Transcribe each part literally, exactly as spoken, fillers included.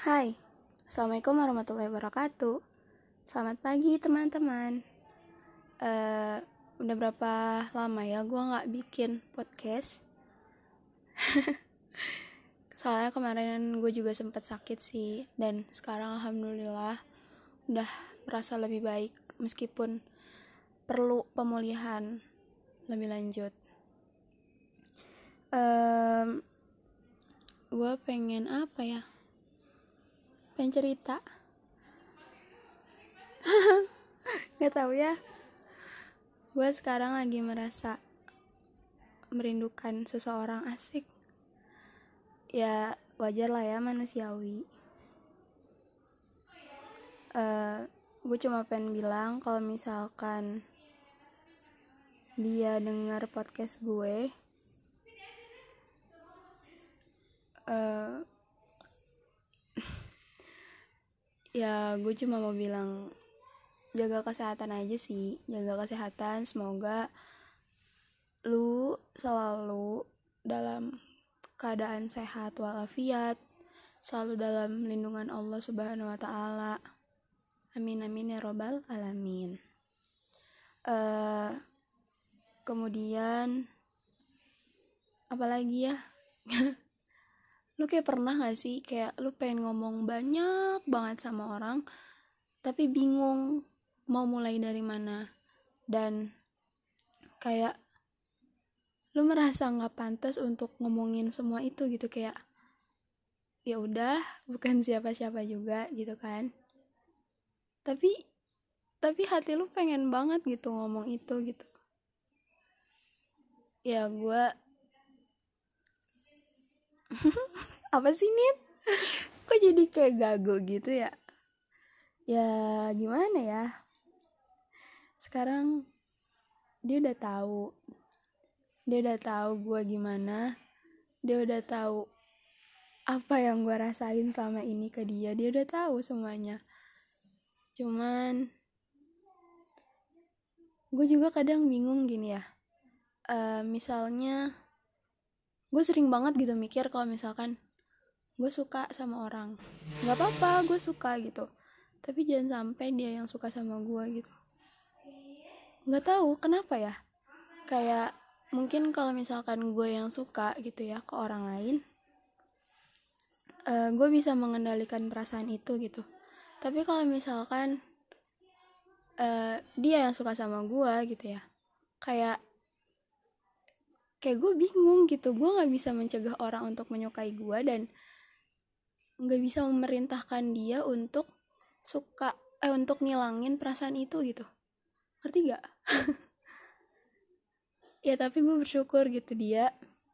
Hai, Assalamualaikum warahmatullahi wabarakatuh. Selamat pagi teman-teman. uh, Udah berapa lama ya gue gak bikin podcast. Soalnya kemarin gue juga sempat sakit sih. Dan sekarang alhamdulillah udah merasa lebih baik, meskipun perlu pemulihan lebih lanjut. um, Gue pengen apa ya pengen cerita nggak tahu ya. Gue sekarang lagi merasa merindukan seseorang. Asik. Ya wajar lah ya, manusiawi. uh, Gue cuma pengen bilang kalau misalkan dia dengar podcast gue, uh, ya gue cuma mau bilang jaga kesehatan aja sih. Jaga kesehatan, semoga lu selalu dalam keadaan sehat walafiat, selalu dalam lindungan Allah Subhanahu wa Ta'ala. Amin amin ya robbal alamin. Uh, kemudian apalagi ya? Lu kayak pernah gak sih kayak lu pengen ngomong banyak banget sama orang, tapi bingung mau mulai dari mana, dan kayak lu merasa nggak pantas untuk ngomongin semua itu gitu, kayak ya udah bukan siapa-siapa juga gitu kan, tapi tapi hati lu pengen banget gitu ngomong itu gitu. Ya gue apa sih Nit? Kok jadi kayak gago gitu ya? Ya gimana ya? Sekarang dia udah tahu. Dia udah tahu gue gimana. Dia udah tahu apa yang gue rasain selama ini ke dia. Dia udah tahu semuanya. Cuman gue juga kadang bingung gini ya. Uh, misalnya gue sering banget gitu mikir kalau misalkan gue suka sama orang, nggak apa-apa gue suka gitu, tapi jangan sampai dia yang suka sama gue gitu. Nggak tahu kenapa ya, kayak mungkin kalau misalkan gue yang suka gitu ya ke orang lain, uh, gue bisa mengendalikan perasaan itu gitu. Tapi kalau misalkan uh, dia yang suka sama gue gitu ya, kayak kayak gue bingung gitu. Gue nggak bisa mencegah orang untuk menyukai gue, dan nggak bisa memerintahkan dia untuk suka eh untuk ngilangin perasaan itu gitu. Ngerti gak? Ya tapi gue bersyukur gitu, dia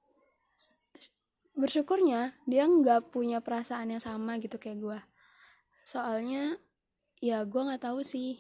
bersyukurnya dia nggak punya perasaan yang sama gitu kayak gue. Soalnya ya gue nggak tahu sih.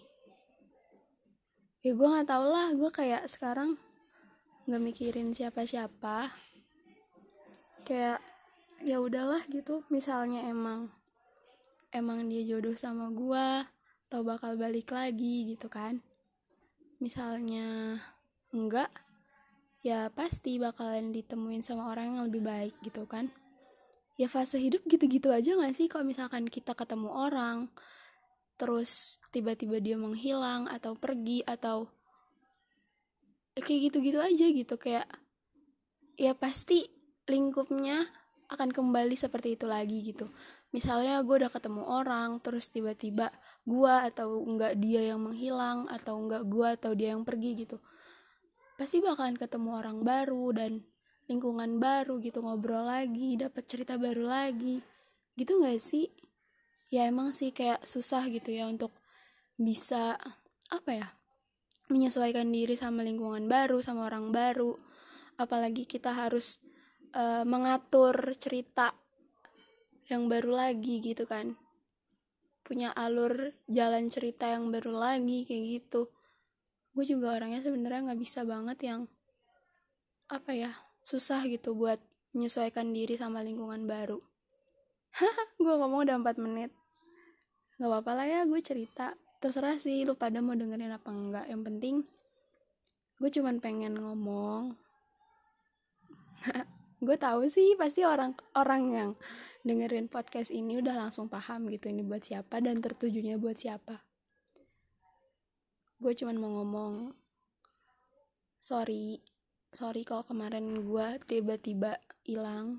Ya gue nggak tahu lah. Gue kayak sekarang nggak mikirin siapa-siapa. Kayak ya udahlah gitu. Misalnya emang emang dia jodoh sama gue, atau bakal balik lagi gitu kan. Misalnya enggak, ya pasti bakalan ditemuin sama orang yang lebih baik gitu kan. Ya fase hidup gitu-gitu aja gak sih? Kalau misalkan kita ketemu orang terus tiba-tiba dia menghilang atau pergi, atau ya kayak gitu-gitu aja gitu. Kayak ya pasti lingkupnya akan kembali seperti itu lagi gitu. Misalnya gue udah ketemu orang terus tiba-tiba gue atau enggak dia yang menghilang, atau enggak gue atau dia yang pergi gitu, pasti bakalan ketemu orang baru dan lingkungan baru gitu, ngobrol lagi, dapat cerita baru lagi gitu gak sih? Ya emang sih kayak susah gitu ya untuk bisa apa ya menyesuaikan diri sama lingkungan baru, sama orang baru. Apalagi kita harus uh, mengatur cerita yang baru lagi gitu kan, punya alur jalan cerita yang baru lagi kayak gitu. Gue juga orangnya sebenarnya nggak bisa banget yang apa ya, susah gitu buat menyesuaikan diri sama lingkungan baru. Gue ngomong udah empat menit. Gak apa-apa lah ya gue cerita. Terserah sih lu pada mau dengerin apa enggak. Yang penting gue cuman pengen ngomong. Gue tahu sih pasti orang orang yang dengerin podcast ini udah langsung paham gitu ini buat siapa dan tertujunya buat siapa. Gue cuman mau ngomong sorry sorry kalau kemarin gue tiba-tiba hilang.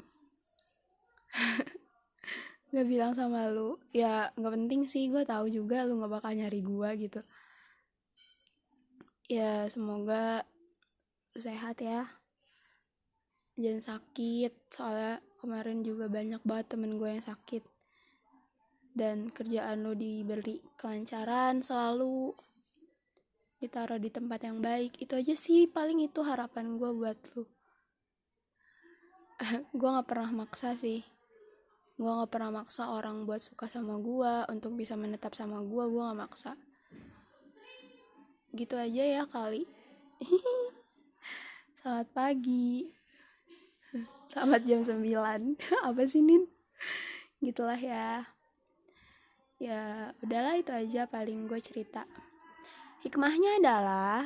Gak bilang sama lu, ya gak penting sih, gue tahu juga lu gak bakal nyari gue gitu. Ya semoga lu sehat ya, jangan sakit, soalnya kemarin juga banyak banget temen gue yang sakit. Dan kerjaan lu diberi kelancaran selalu, ditaruh di tempat yang baik. Itu aja sih paling, itu harapan gue buat lu. Gue gak pernah maksa sih, gue gak pernah maksa orang buat suka sama gue, untuk bisa menetap sama gue, gue gak maksa. Gitu aja ya kali. Selamat pagi, selamat jam sembilan. Apa sih Nin? Gitulah ya. Ya udahlah, itu aja paling gue cerita. Hikmahnya adalah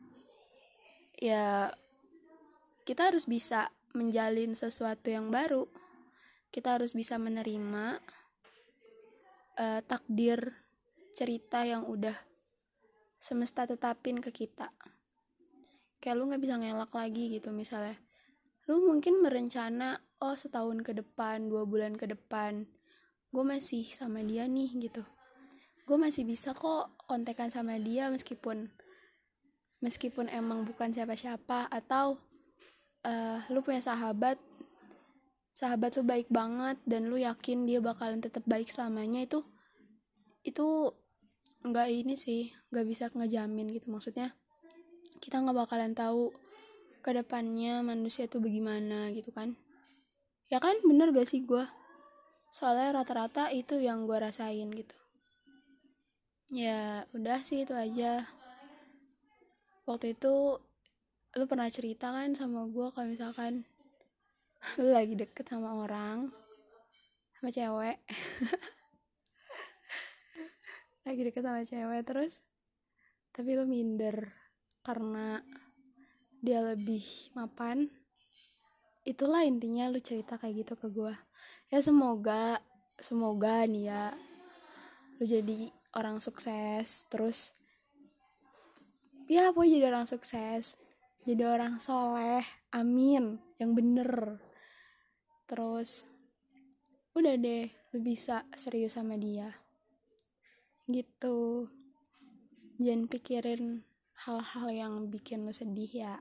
ya kita harus bisa menjalin sesuatu yang baru. Kita harus bisa menerima uh, takdir cerita yang udah semesta tetapin ke kita. Kayak lu gak bisa ngelak lagi gitu. Misalnya lu mungkin merencana, oh setahun ke depan, dua bulan ke depan gue masih sama dia nih gitu, gue masih bisa kok kontekan sama dia meskipun meskipun emang bukan siapa-siapa. Atau uh, lu punya sahabat sahabat lu baik banget dan lu yakin dia bakalan tetap baik selamanya. Itu itu nggak ini sih, nggak bisa ngejamin gitu. Maksudnya kita nggak bakalan tahu kedepannya manusia tuh bagaimana gitu kan. Ya kan, bener gak sih gue? Soalnya rata-rata itu yang gue rasain gitu. Ya udah sih, itu aja. Waktu itu lu pernah cerita kan sama gue kalau misalkan lu lagi deket sama orang, sama cewek lagi deket sama cewek terus tapi lu minder karena dia lebih mapan. Itulah intinya lu cerita kayak gitu ke gue. Ya semoga semoga nih ya lu jadi orang sukses, terus ya pokoknya jadi orang sukses, jadi orang soleh, amin, yang bener. Terus udah deh, lu bisa serius sama dia gitu. Jangan pikirin hal-hal yang bikin lu sedih ya.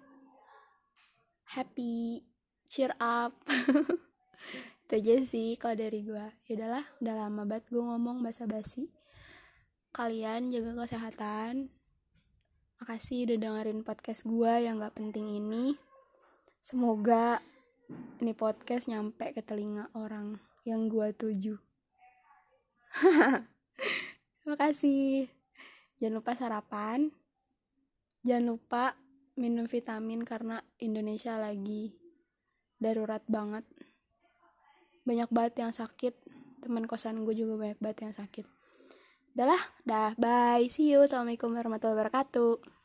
Happy, cheer up. Itu aja sih kalau dari gue. Yaudahlah, udah lama banget gue ngomong basa-basi. Kalian jaga kesehatan. Makasih udah dengerin podcast gue yang gak penting ini. Semoga ini podcast nyampe ke telinga orang yang gue tuju. Terima kasih. Jangan lupa sarapan. Jangan lupa minum vitamin karena Indonesia lagi darurat banget. Banyak banget yang sakit. Teman kosan gue juga banyak banget yang sakit. Udah lah, dah, bye. See you. Assalamualaikum warahmatullahi wabarakatuh.